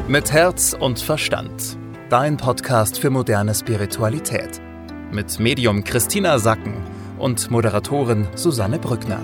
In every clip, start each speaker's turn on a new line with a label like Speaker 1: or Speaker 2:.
Speaker 1: Mit Herz und Verstand. Dein Podcast für moderne Spiritualität. Mit Medium Christina Sacken und Moderatorin Susanne Brückner.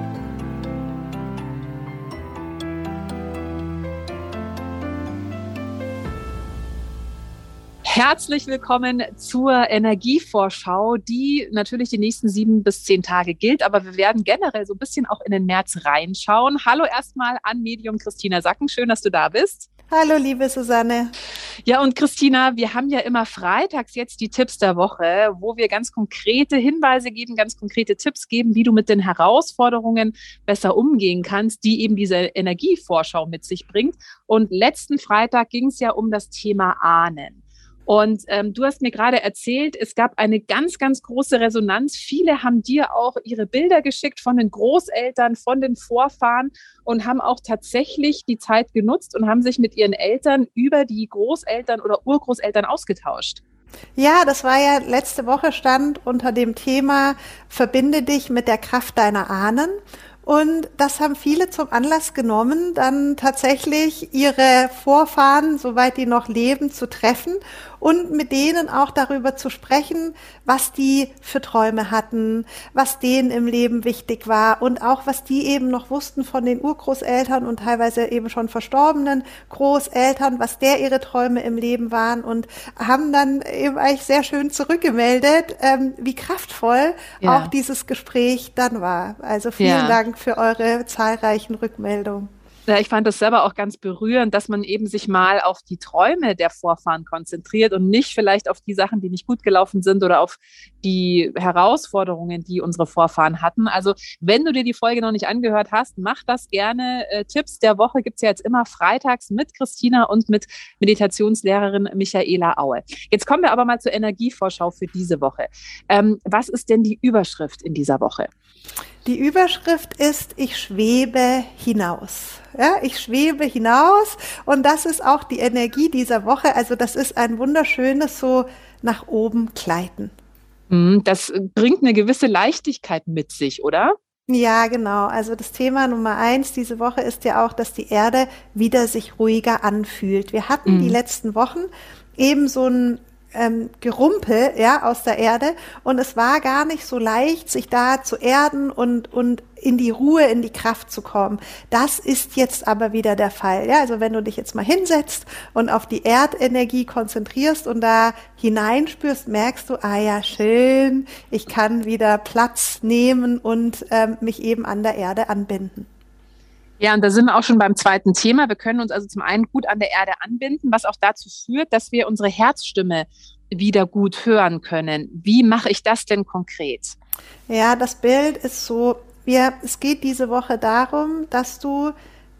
Speaker 2: Herzlich willkommen zur Energievorschau, die natürlich die nächsten 7 bis 10 Tage gilt, aber wir werden generell so ein bisschen auch in den März reinschauen. Hallo erstmal an Medium Christina Sacken, schön, dass du da bist.
Speaker 3: Hallo, liebe Susanne.
Speaker 2: Ja, und Christina, wir haben ja immer freitags jetzt die Tipps der Woche, wo wir ganz konkrete Hinweise geben, ganz konkrete Tipps geben, wie du mit den Herausforderungen besser umgehen kannst, die eben diese Energievorschau mit sich bringt. Und letzten Freitag ging es ja um das Thema Ahnen. Und du hast mir gerade erzählt, es gab eine ganz, ganz große Resonanz. Viele haben dir auch ihre Bilder geschickt von den Großeltern, von den Vorfahren und haben auch tatsächlich die Zeit genutzt und haben sich mit ihren Eltern über die Großeltern oder Urgroßeltern ausgetauscht.
Speaker 3: Ja, das war ja letzte Woche, stand unter dem Thema Verbinde dich mit der Kraft deiner Ahnen. Und das haben viele zum Anlass genommen, dann tatsächlich ihre Vorfahren, soweit die noch leben, zu treffen und mit denen auch darüber zu sprechen, was die für Träume hatten, was denen im Leben wichtig war und auch, was die eben noch wussten von den Urgroßeltern und teilweise eben schon verstorbenen Großeltern, was ihre Träume im Leben waren, und haben dann eben eigentlich sehr schön zurückgemeldet, wie kraftvoll auch dieses Gespräch dann war. Also vielen Dank für eure zahlreichen Rückmeldungen.
Speaker 2: Ja, ich fand das selber auch ganz berührend, dass man eben sich mal auf die Träume der Vorfahren konzentriert und nicht vielleicht auf die Sachen, die nicht gut gelaufen sind oder auf die Herausforderungen, die unsere Vorfahren hatten. Also wenn du dir die Folge noch nicht angehört hast, mach das gerne. Tipps der Woche gibt's ja jetzt immer freitags mit Christina und mit Meditationslehrerin Michaela Aue. Jetzt kommen wir aber mal zur Energievorschau für diese Woche. Was ist denn die Überschrift in dieser Woche?
Speaker 3: Die Überschrift ist: Ich schwebe hinaus. Ja, ich schwebe hinaus, und das ist auch die Energie dieser Woche. Also das ist ein wunderschönes so nach oben Gleiten.
Speaker 2: Das bringt eine gewisse Leichtigkeit mit sich, oder?
Speaker 3: Ja, genau. Also das Thema Nummer 1 diese Woche ist ja auch, dass die Erde wieder sich ruhiger anfühlt. Wir hatten die letzten Wochen eben so ein Gerumpel, aus der Erde, und es war gar nicht so leicht, sich da zu erden und in die Ruhe, in die Kraft zu kommen. Das ist jetzt aber wieder der Fall. Ja, also wenn du dich jetzt mal hinsetzt und auf die Erdenergie konzentrierst und da hineinspürst, merkst du, schön, ich kann wieder Platz nehmen und mich eben an der Erde anbinden.
Speaker 2: Ja, und da sind wir auch schon beim zweiten Thema. Wir können uns also zum einen gut an der Erde anbinden, was auch dazu führt, dass wir unsere Herzstimme wieder gut hören können. Wie mache ich das denn konkret?
Speaker 3: Ja, das Bild ist so, es geht diese Woche darum, dass du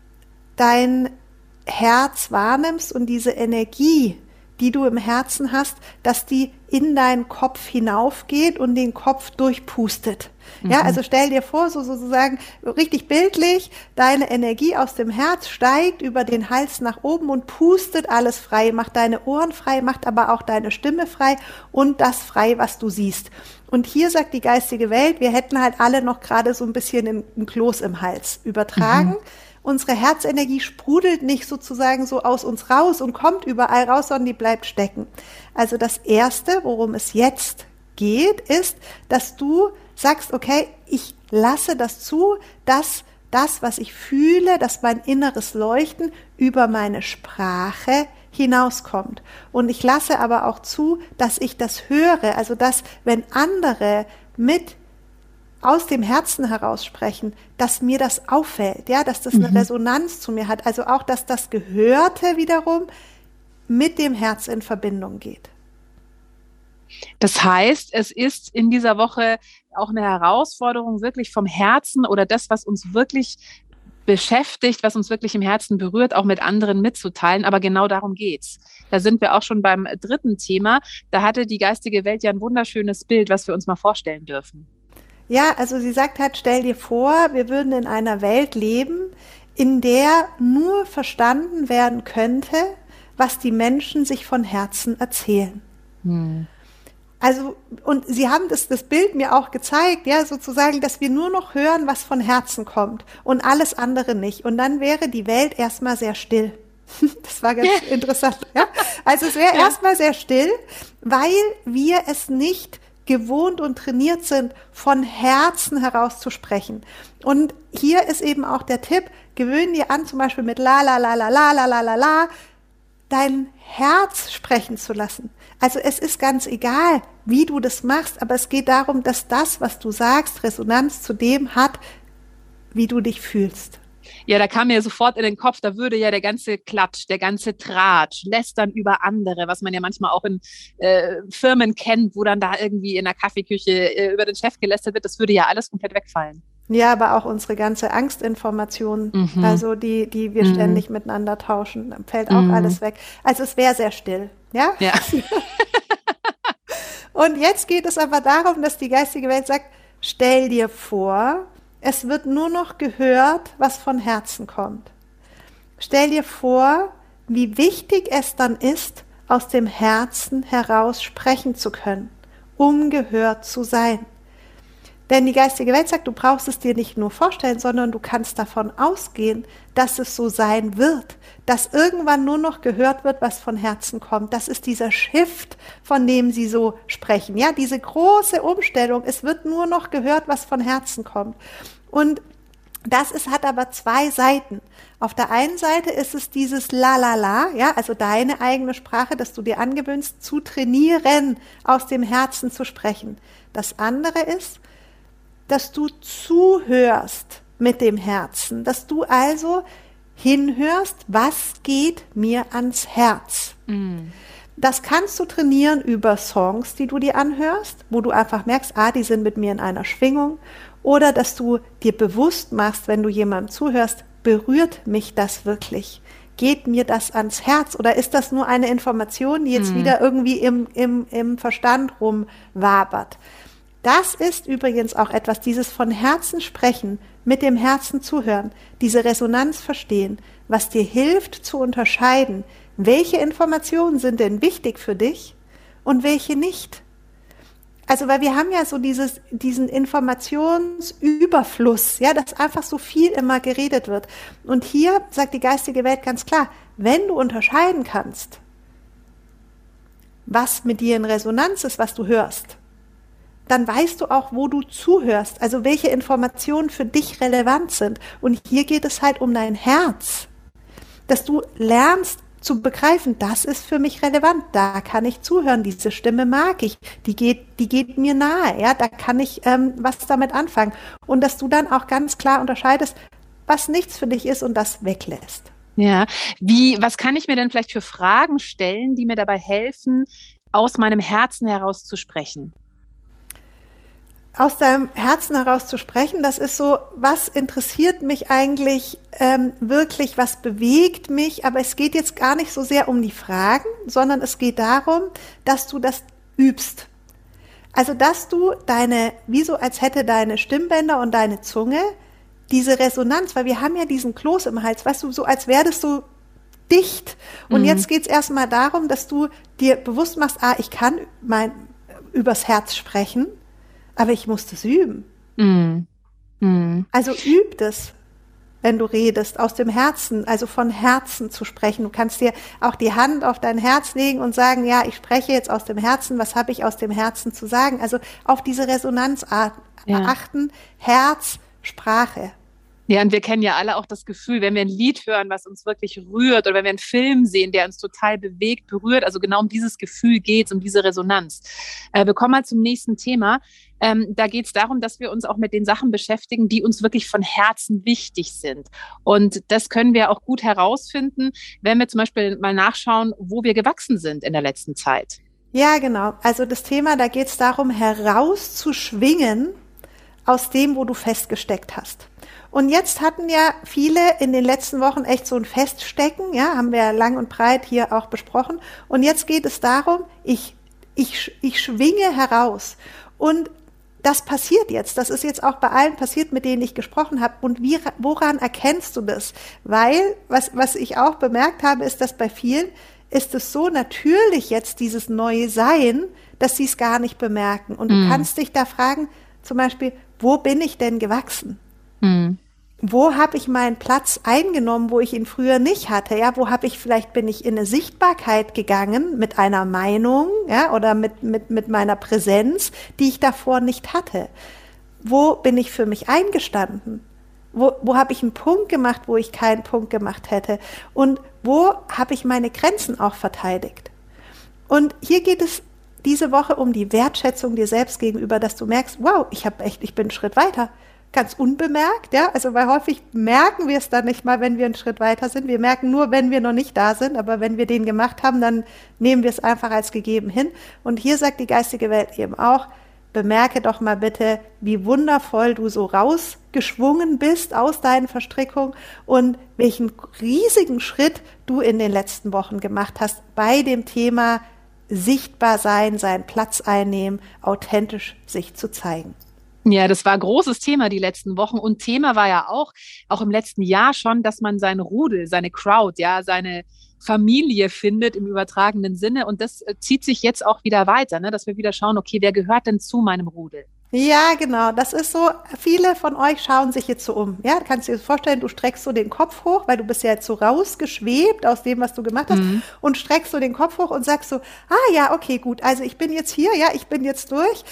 Speaker 3: dein Herz wahrnimmst und diese Energie, die du im Herzen hast, dass die in deinen Kopf hinaufgeht und den Kopf durchpustet. Ja, also stell dir vor, so sozusagen richtig bildlich, deine Energie aus dem Herz steigt über den Hals nach oben und pustet alles frei, macht deine Ohren frei, macht aber auch deine Stimme frei und das frei, was du siehst. Und hier sagt die geistige Welt, wir hätten halt alle noch gerade so ein bisschen ein Kloß im Hals übertragen. Unsere Herzenergie sprudelt nicht sozusagen so aus uns raus und kommt überall raus, sondern die bleibt stecken. Also das Erste, worum es jetzt geht, ist, dass du sagst, okay, ich lasse das zu, dass das, was ich fühle, dass mein inneres Leuchten über meine Sprache hinauskommt. Und ich lasse aber auch zu, dass ich das höre, also dass, wenn andere mit aus dem Herzen heraus sprechen, dass mir das auffällt, dass das eine Resonanz zu mir hat, also auch, dass das Gehörte wiederum mit dem Herz in Verbindung geht.
Speaker 2: Das heißt, es ist in dieser Woche auch eine Herausforderung, wirklich vom Herzen oder das, was uns wirklich beschäftigt, was uns wirklich im Herzen berührt, auch mit anderen mitzuteilen. Aber genau darum geht's. Da sind wir auch schon beim dritten Thema. Da hatte die geistige Welt ja ein wunderschönes Bild, was wir uns mal vorstellen dürfen.
Speaker 3: Ja, also sie sagt halt, stell dir vor, wir würden in einer Welt leben, in der nur verstanden werden könnte, was die Menschen sich von Herzen erzählen. Also, und sie haben das Bild mir auch gezeigt, sozusagen, dass wir nur noch hören, was von Herzen kommt und alles andere nicht. Und dann wäre die Welt erstmal sehr still. Das war ganz interessant. Ja? Also es wäre erstmal sehr still, weil wir es nicht gewohnt und trainiert sind, von Herzen heraus zu sprechen. Und hier ist eben auch der Tipp, gewöhne dir an, zum Beispiel mit la, la, la, la, la, la, la, la, la, dein Herz sprechen zu lassen. Also es ist ganz egal, wie du das machst, aber es geht darum, dass das, was du sagst, Resonanz zu dem hat, wie du dich fühlst.
Speaker 2: Ja, da kam mir sofort in den Kopf, da würde ja der ganze Klatsch, der ganze Tratsch, Lästern über andere, was man ja manchmal auch in Firmen kennt, wo dann da irgendwie in der Kaffeeküche über den Chef gelästert wird, das würde ja alles komplett wegfallen.
Speaker 3: Ja, aber auch unsere ganze Angstinformation, also die wir ständig miteinander tauschen, dann fällt auch alles weg. Also es wäre sehr still, ja?
Speaker 2: Ja.
Speaker 3: Und jetzt geht es aber darum, dass die geistige Welt sagt, stell dir vor, es wird nur noch gehört, was von Herzen kommt. Stell dir vor, wie wichtig es dann ist, aus dem Herzen heraus sprechen zu können, um gehört zu sein. Denn die geistige Welt sagt, du brauchst es dir nicht nur vorstellen, sondern du kannst davon ausgehen, dass es so sein wird, dass irgendwann nur noch gehört wird, was von Herzen kommt. Das ist dieser Shift, von dem sie so sprechen. Ja, diese große Umstellung, es wird nur noch gehört, was von Herzen kommt. Und hat aber zwei Seiten. Auf der einen Seite ist es dieses La La La, ja, also deine eigene Sprache, dass du dir angewöhnst, zu trainieren, aus dem Herzen zu sprechen. Das andere ist, dass du zuhörst mit dem Herzen, dass du also hinhörst, was geht mir ans Herz. Das kannst du trainieren über Songs, die du dir anhörst, wo du einfach merkst, die sind mit mir in einer Schwingung, oder dass du dir bewusst machst, wenn du jemandem zuhörst, berührt mich das wirklich? Geht mir das ans Herz? Oder ist das nur eine Information, die jetzt wieder irgendwie im Verstand rumwabert? Das ist übrigens auch etwas, dieses von Herzen sprechen, mit dem Herzen zuhören, diese Resonanz verstehen, was dir hilft zu unterscheiden, welche Informationen sind denn wichtig für dich und welche nicht. Also, weil wir haben ja so diesen Informationsüberfluss, ja, dass einfach so viel immer geredet wird. Und hier sagt die geistige Welt ganz klar, wenn du unterscheiden kannst, was mit dir in Resonanz ist, was du hörst, dann weißt du auch, wo du zuhörst, also welche Informationen für dich relevant sind. Und hier geht es halt um dein Herz, dass du lernst zu begreifen, das ist für mich relevant, da kann ich zuhören, diese Stimme mag ich, die geht mir nahe, ja, da kann ich was damit anfangen. Und dass du dann auch ganz klar unterscheidest, was nichts für dich ist und das weglässt.
Speaker 2: Ja, was kann ich mir denn vielleicht für Fragen stellen, die mir dabei helfen, aus meinem Herzen heraus zu sprechen?
Speaker 3: Aus deinem Herzen heraus zu sprechen, das ist so, was interessiert mich eigentlich wirklich, was bewegt mich, aber es geht jetzt gar nicht so sehr um die Fragen, sondern es geht darum, dass du das übst. Also, dass du wie so als hätte deine Stimmbänder und deine Zunge diese Resonanz, weil wir haben ja diesen Kloß im Hals, weißt du, so als wäre das so dicht. Und jetzt geht es erstmal darum, dass du dir bewusst machst, ich kann übers Herz sprechen, aber ich muss das üben. Also üb das, wenn du redest, aus dem Herzen, also von Herzen zu sprechen. Du kannst dir auch die Hand auf dein Herz legen und sagen, ja, ich spreche jetzt aus dem Herzen, was habe ich aus dem Herzen zu sagen? Also auf diese Resonanz achten, Herz, Sprache.
Speaker 2: Ja, und wir kennen ja alle auch das Gefühl, wenn wir ein Lied hören, was uns wirklich rührt, oder wenn wir einen Film sehen, der uns total bewegt, berührt, also genau um dieses Gefühl geht's, um diese Resonanz. Wir kommen mal zum nächsten Thema. Da geht's darum, dass wir uns auch mit den Sachen beschäftigen, die uns wirklich von Herzen wichtig sind. Und das können wir auch gut herausfinden, wenn wir zum Beispiel mal nachschauen, wo wir gewachsen sind in der letzten Zeit.
Speaker 3: Ja, genau. Also das Thema, da geht's darum, herauszuschwingen aus dem, wo du festgesteckt hast. Und jetzt hatten ja viele in den letzten Wochen echt so ein Feststecken, ja, haben wir lang und breit hier auch besprochen. Und jetzt geht es darum, ich schwinge heraus. Und das passiert jetzt. Das ist jetzt auch bei allen passiert, mit denen ich gesprochen habe. Und woran erkennst du das? Weil, was ich auch bemerkt habe, ist, dass bei vielen ist es so natürlich jetzt dieses neue Sein, dass sie es gar nicht bemerken. Und du kannst dich da fragen, zum Beispiel, wo bin ich denn gewachsen? wo habe ich meinen Platz eingenommen, wo ich ihn früher nicht hatte? Ja, bin ich in eine Sichtbarkeit gegangen mit einer Meinung, ja, oder mit meiner Präsenz, die ich davor nicht hatte? Wo bin ich für mich eingestanden? Wo habe ich einen Punkt gemacht, wo ich keinen Punkt gemacht hätte? Und wo habe ich meine Grenzen auch verteidigt? Und hier geht es diese Woche um die Wertschätzung dir selbst gegenüber, dass du merkst, wow, ich bin einen Schritt weiter. Ganz unbemerkt, ja, also weil häufig merken wir es dann nicht mal, wenn wir einen Schritt weiter sind. Wir merken nur, wenn wir noch nicht da sind, aber wenn wir den gemacht haben, dann nehmen wir es einfach als gegeben hin. Und hier sagt die geistige Welt eben auch, bemerke doch mal bitte, wie wundervoll du so rausgeschwungen bist aus deinen Verstrickungen und welchen riesigen Schritt du in den letzten Wochen gemacht hast bei dem Thema sichtbar sein, seinen Platz einnehmen, authentisch sich zu zeigen.
Speaker 2: Ja, das war ein großes Thema die letzten Wochen und Thema war ja auch im letzten Jahr schon, dass man sein Rudel, seine Crowd, ja, seine Familie findet im übertragenen Sinne und das zieht sich jetzt auch wieder weiter, ne, dass wir wieder schauen, okay, wer gehört denn zu meinem Rudel?
Speaker 3: Ja, genau, das ist so, viele von euch schauen sich jetzt so um, ja, du kannst dir vorstellen, du streckst so den Kopf hoch, weil du bist ja jetzt so rausgeschwebt aus dem, was du gemacht hast und streckst so den Kopf hoch und sagst so, ja, okay, gut, also ich bin jetzt hier, ja, ich bin jetzt durch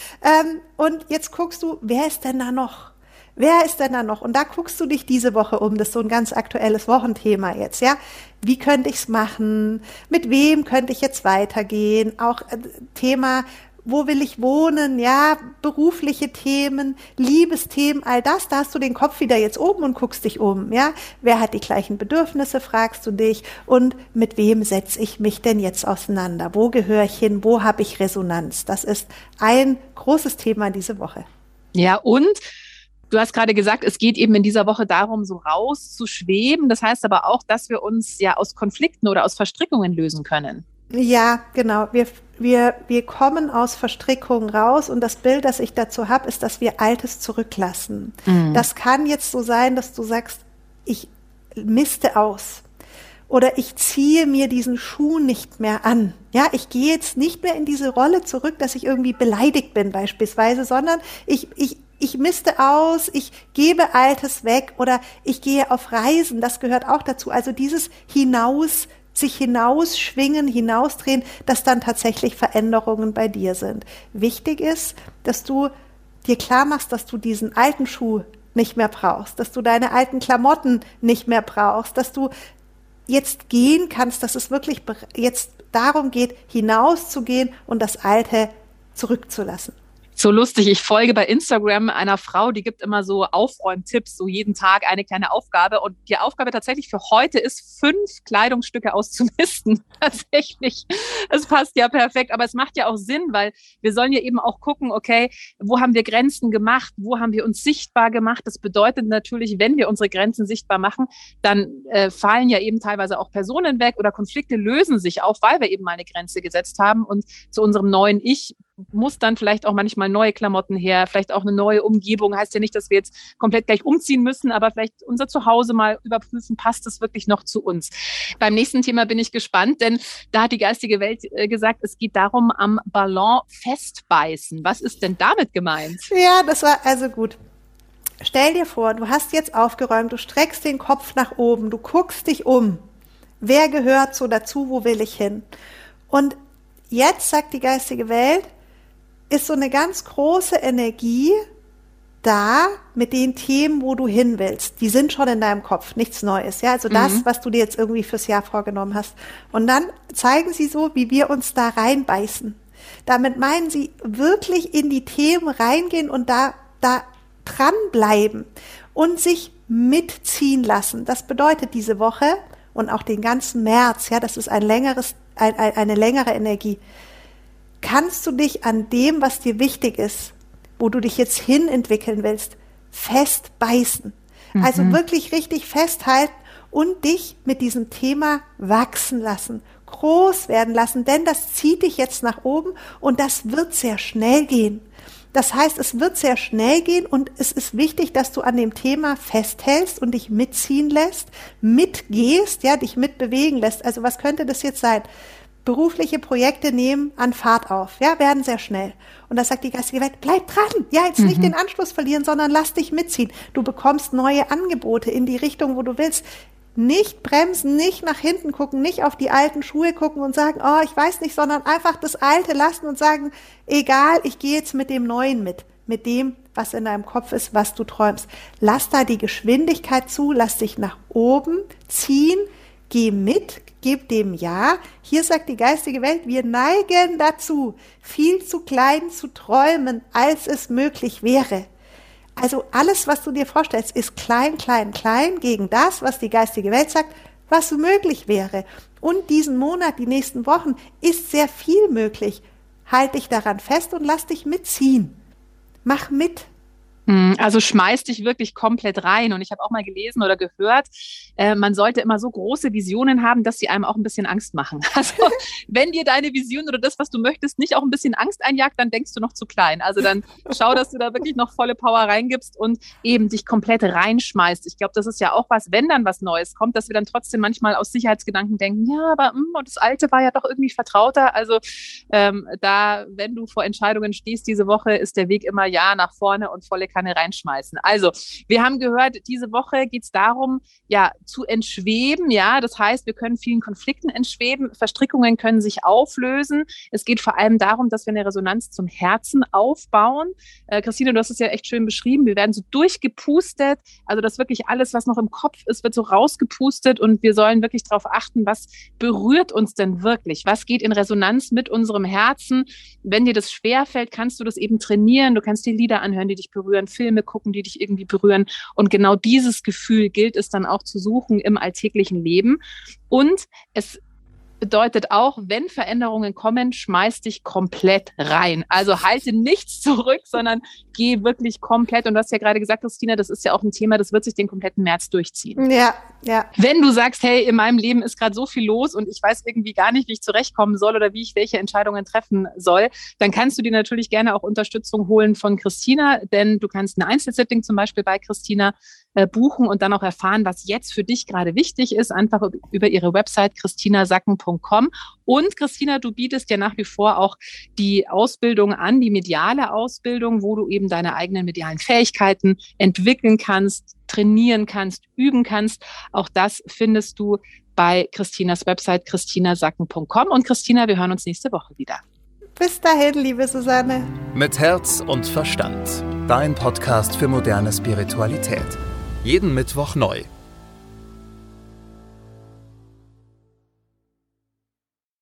Speaker 3: und jetzt guckst du, wer ist denn da noch? Wer ist denn da noch? Und da guckst du dich diese Woche um, das ist so ein ganz aktuelles Wochenthema jetzt, ja, wie könnte ich's machen, mit wem könnte ich jetzt weitergehen, auch Thema, wo will ich wohnen, ja, berufliche Themen, Liebesthemen, all das, da hast du den Kopf wieder jetzt oben und guckst dich um, ja. Wer hat die gleichen Bedürfnisse, fragst du dich und mit wem setze ich mich denn jetzt auseinander? Wo gehöre ich hin? Wo habe ich Resonanz? Das ist ein großes Thema diese Woche.
Speaker 2: Ja, und du hast gerade gesagt, es geht eben in dieser Woche darum, so rauszuschweben. Das heißt aber auch, dass wir uns ja aus Konflikten oder aus Verstrickungen lösen können.
Speaker 3: Ja, genau. Wir kommen aus Verstrickungen raus und das Bild, das ich dazu habe, ist, dass wir Altes zurücklassen. Das kann jetzt so sein, dass du sagst, ich miste aus oder ich ziehe mir diesen Schuh nicht mehr an. Ja, ich gehe jetzt nicht mehr in diese Rolle zurück, dass ich irgendwie beleidigt bin beispielsweise, sondern ich miste aus, ich gebe Altes weg oder ich gehe auf Reisen, das gehört auch dazu. Also dieses sich hinausschwingen, hinausdrehen, dass dann tatsächlich Veränderungen bei dir sind. Wichtig ist, dass du dir klar machst, dass du diesen alten Schuh nicht mehr brauchst, dass du deine alten Klamotten nicht mehr brauchst, dass du jetzt gehen kannst, dass es wirklich jetzt darum geht, hinauszugehen und das Alte zurückzulassen.
Speaker 2: So lustig, ich folge bei Instagram einer Frau, die gibt immer so Aufräumtipps, so jeden Tag eine kleine Aufgabe und die Aufgabe tatsächlich für heute ist, 5 Kleidungsstücke auszumisten. Tatsächlich, es passt ja perfekt, aber es macht ja auch Sinn, weil wir sollen ja eben auch gucken, okay, wo haben wir Grenzen gemacht, wo haben wir uns sichtbar gemacht. Das bedeutet natürlich, wenn wir unsere Grenzen sichtbar machen, dann fallen ja eben teilweise auch Personen weg oder Konflikte lösen sich auf, weil wir eben mal eine Grenze gesetzt haben und zu unserem neuen Ich muss dann vielleicht auch manchmal neue Klamotten her, vielleicht auch eine neue Umgebung. Heißt ja nicht, dass wir jetzt komplett gleich umziehen müssen, aber vielleicht unser Zuhause mal überprüfen, passt es wirklich noch zu uns. Beim nächsten Thema bin ich gespannt, denn da hat die geistige Welt gesagt, es geht darum, am Ballon festbeißen. Was ist denn damit gemeint?
Speaker 3: Ja, das war also gut. Stell dir vor, du hast jetzt aufgeräumt, du streckst den Kopf nach oben, du guckst dich um. Wer gehört so dazu, wo will ich hin? Und jetzt sagt die geistige Welt, ist so eine ganz große Energie da mit den Themen, wo du hin willst. Die sind schon in deinem Kopf, nichts Neues. Ja, also das, was du dir jetzt irgendwie fürs Jahr vorgenommen hast. Und dann zeigen sie so, wie wir uns da reinbeißen. Damit meinen sie wirklich in die Themen reingehen und da dranbleiben und sich mitziehen lassen. Das bedeutet diese Woche und auch den ganzen März, ja, das ist eine längere Energie. Kannst du dich an dem, was dir wichtig ist, wo du dich jetzt hin entwickeln willst, festbeißen. Also wirklich richtig festhalten und dich mit diesem Thema wachsen lassen, groß werden lassen, denn das zieht dich jetzt nach oben und das wird sehr schnell gehen. Das heißt, es wird sehr schnell gehen und es ist wichtig, dass du an dem Thema festhältst und dich mitziehen lässt, mitgehst, ja, dich mitbewegen lässt. Also was könnte das jetzt sein? berufliche Projekte nehmen an Fahrt auf, ja, werden sehr schnell. Und da sagt die geistige Welt, bleib dran, ja, jetzt nicht den Anschluss verlieren, sondern lass dich mitziehen. Du bekommst neue Angebote in die Richtung, wo du willst. Nicht bremsen, nicht nach hinten gucken, nicht auf die alten Schuhe gucken und sagen, oh, ich weiß nicht, sondern einfach das Alte lassen und sagen, egal, ich gehe jetzt mit dem Neuen mit dem, was in deinem Kopf ist, was du träumst. Lass da die Geschwindigkeit zu, lass dich nach oben ziehen, geh mit, gib dem Ja. Hier sagt die geistige Welt, wir neigen dazu, viel zu klein zu träumen, als es möglich wäre. Also alles, was du dir vorstellst, ist klein, klein, klein gegen das, was die geistige Welt sagt, was möglich wäre. Und diesen Monat, die nächsten Wochen, ist sehr viel möglich. Halt dich daran fest und lass dich mitziehen. Mach mit.
Speaker 2: Also schmeiß dich wirklich komplett rein. Und ich habe auch mal gelesen oder gehört, man sollte immer so große Visionen haben, dass sie einem auch ein bisschen Angst machen. Also wenn dir deine Vision oder das, was du möchtest, nicht auch ein bisschen Angst einjagt, dann denkst du noch zu klein. Also dann schau, dass du da wirklich noch volle Power reingibst und eben dich komplett reinschmeißt. Ich glaube, das ist ja auch was, wenn dann was Neues kommt, dass wir dann trotzdem manchmal aus Sicherheitsgedanken denken, ja, aber und das Alte war ja doch irgendwie vertrauter. Also wenn du vor Entscheidungen stehst diese Woche, ist der Weg immer ja nach vorne und volle Kanne reinschmeißen. Also, wir haben gehört, diese Woche geht es darum, ja, zu entschweben, ja, das heißt, wir können vielen Konflikten entschweben, Verstrickungen können sich auflösen. Es geht vor allem darum, dass wir eine Resonanz zum Herzen aufbauen. Christine, du hast es ja echt schön beschrieben, wir werden so durchgepustet, also dass wirklich alles, was noch im Kopf ist, wird so rausgepustet und wir sollen wirklich darauf achten, was berührt uns denn wirklich? Was geht in Resonanz mit unserem Herzen? Wenn dir das schwerfällt, kannst du das eben trainieren, du kannst dir Lieder anhören, die dich berühren, Filme gucken, die dich irgendwie berühren. Und genau dieses Gefühl gilt es dann auch zu suchen im alltäglichen Leben. Und es bedeutet auch, wenn Veränderungen kommen, schmeiß dich komplett rein. Also halte nichts zurück, sondern geh wirklich komplett. Und du hast ja gerade gesagt, Christina, das ist ja auch ein Thema, das wird sich den kompletten März durchziehen.
Speaker 3: Ja, ja.
Speaker 2: Wenn du sagst, hey, in meinem Leben ist gerade so viel los und ich weiß irgendwie gar nicht, wie ich zurechtkommen soll oder wie ich welche Entscheidungen treffen soll, dann kannst du dir natürlich gerne auch Unterstützung holen von Christina, denn du kannst ein Einzelsitting zum Beispiel bei Christina buchen und dann auch erfahren, was jetzt für dich gerade wichtig ist, einfach über ihre Website christinasacken.com. Und Christina, du bietest ja nach wie vor auch die Ausbildung an, die mediale Ausbildung, wo du eben deine eigenen medialen Fähigkeiten entwickeln kannst, trainieren kannst, üben kannst. Auch das findest du bei Christinas Website christinasacken.com. Und Christina, wir hören uns nächste Woche wieder.
Speaker 3: Bis dahin, liebe Susanne.
Speaker 1: Mit Herz und Verstand. Dein Podcast für moderne Spiritualität. Jeden Mittwoch neu.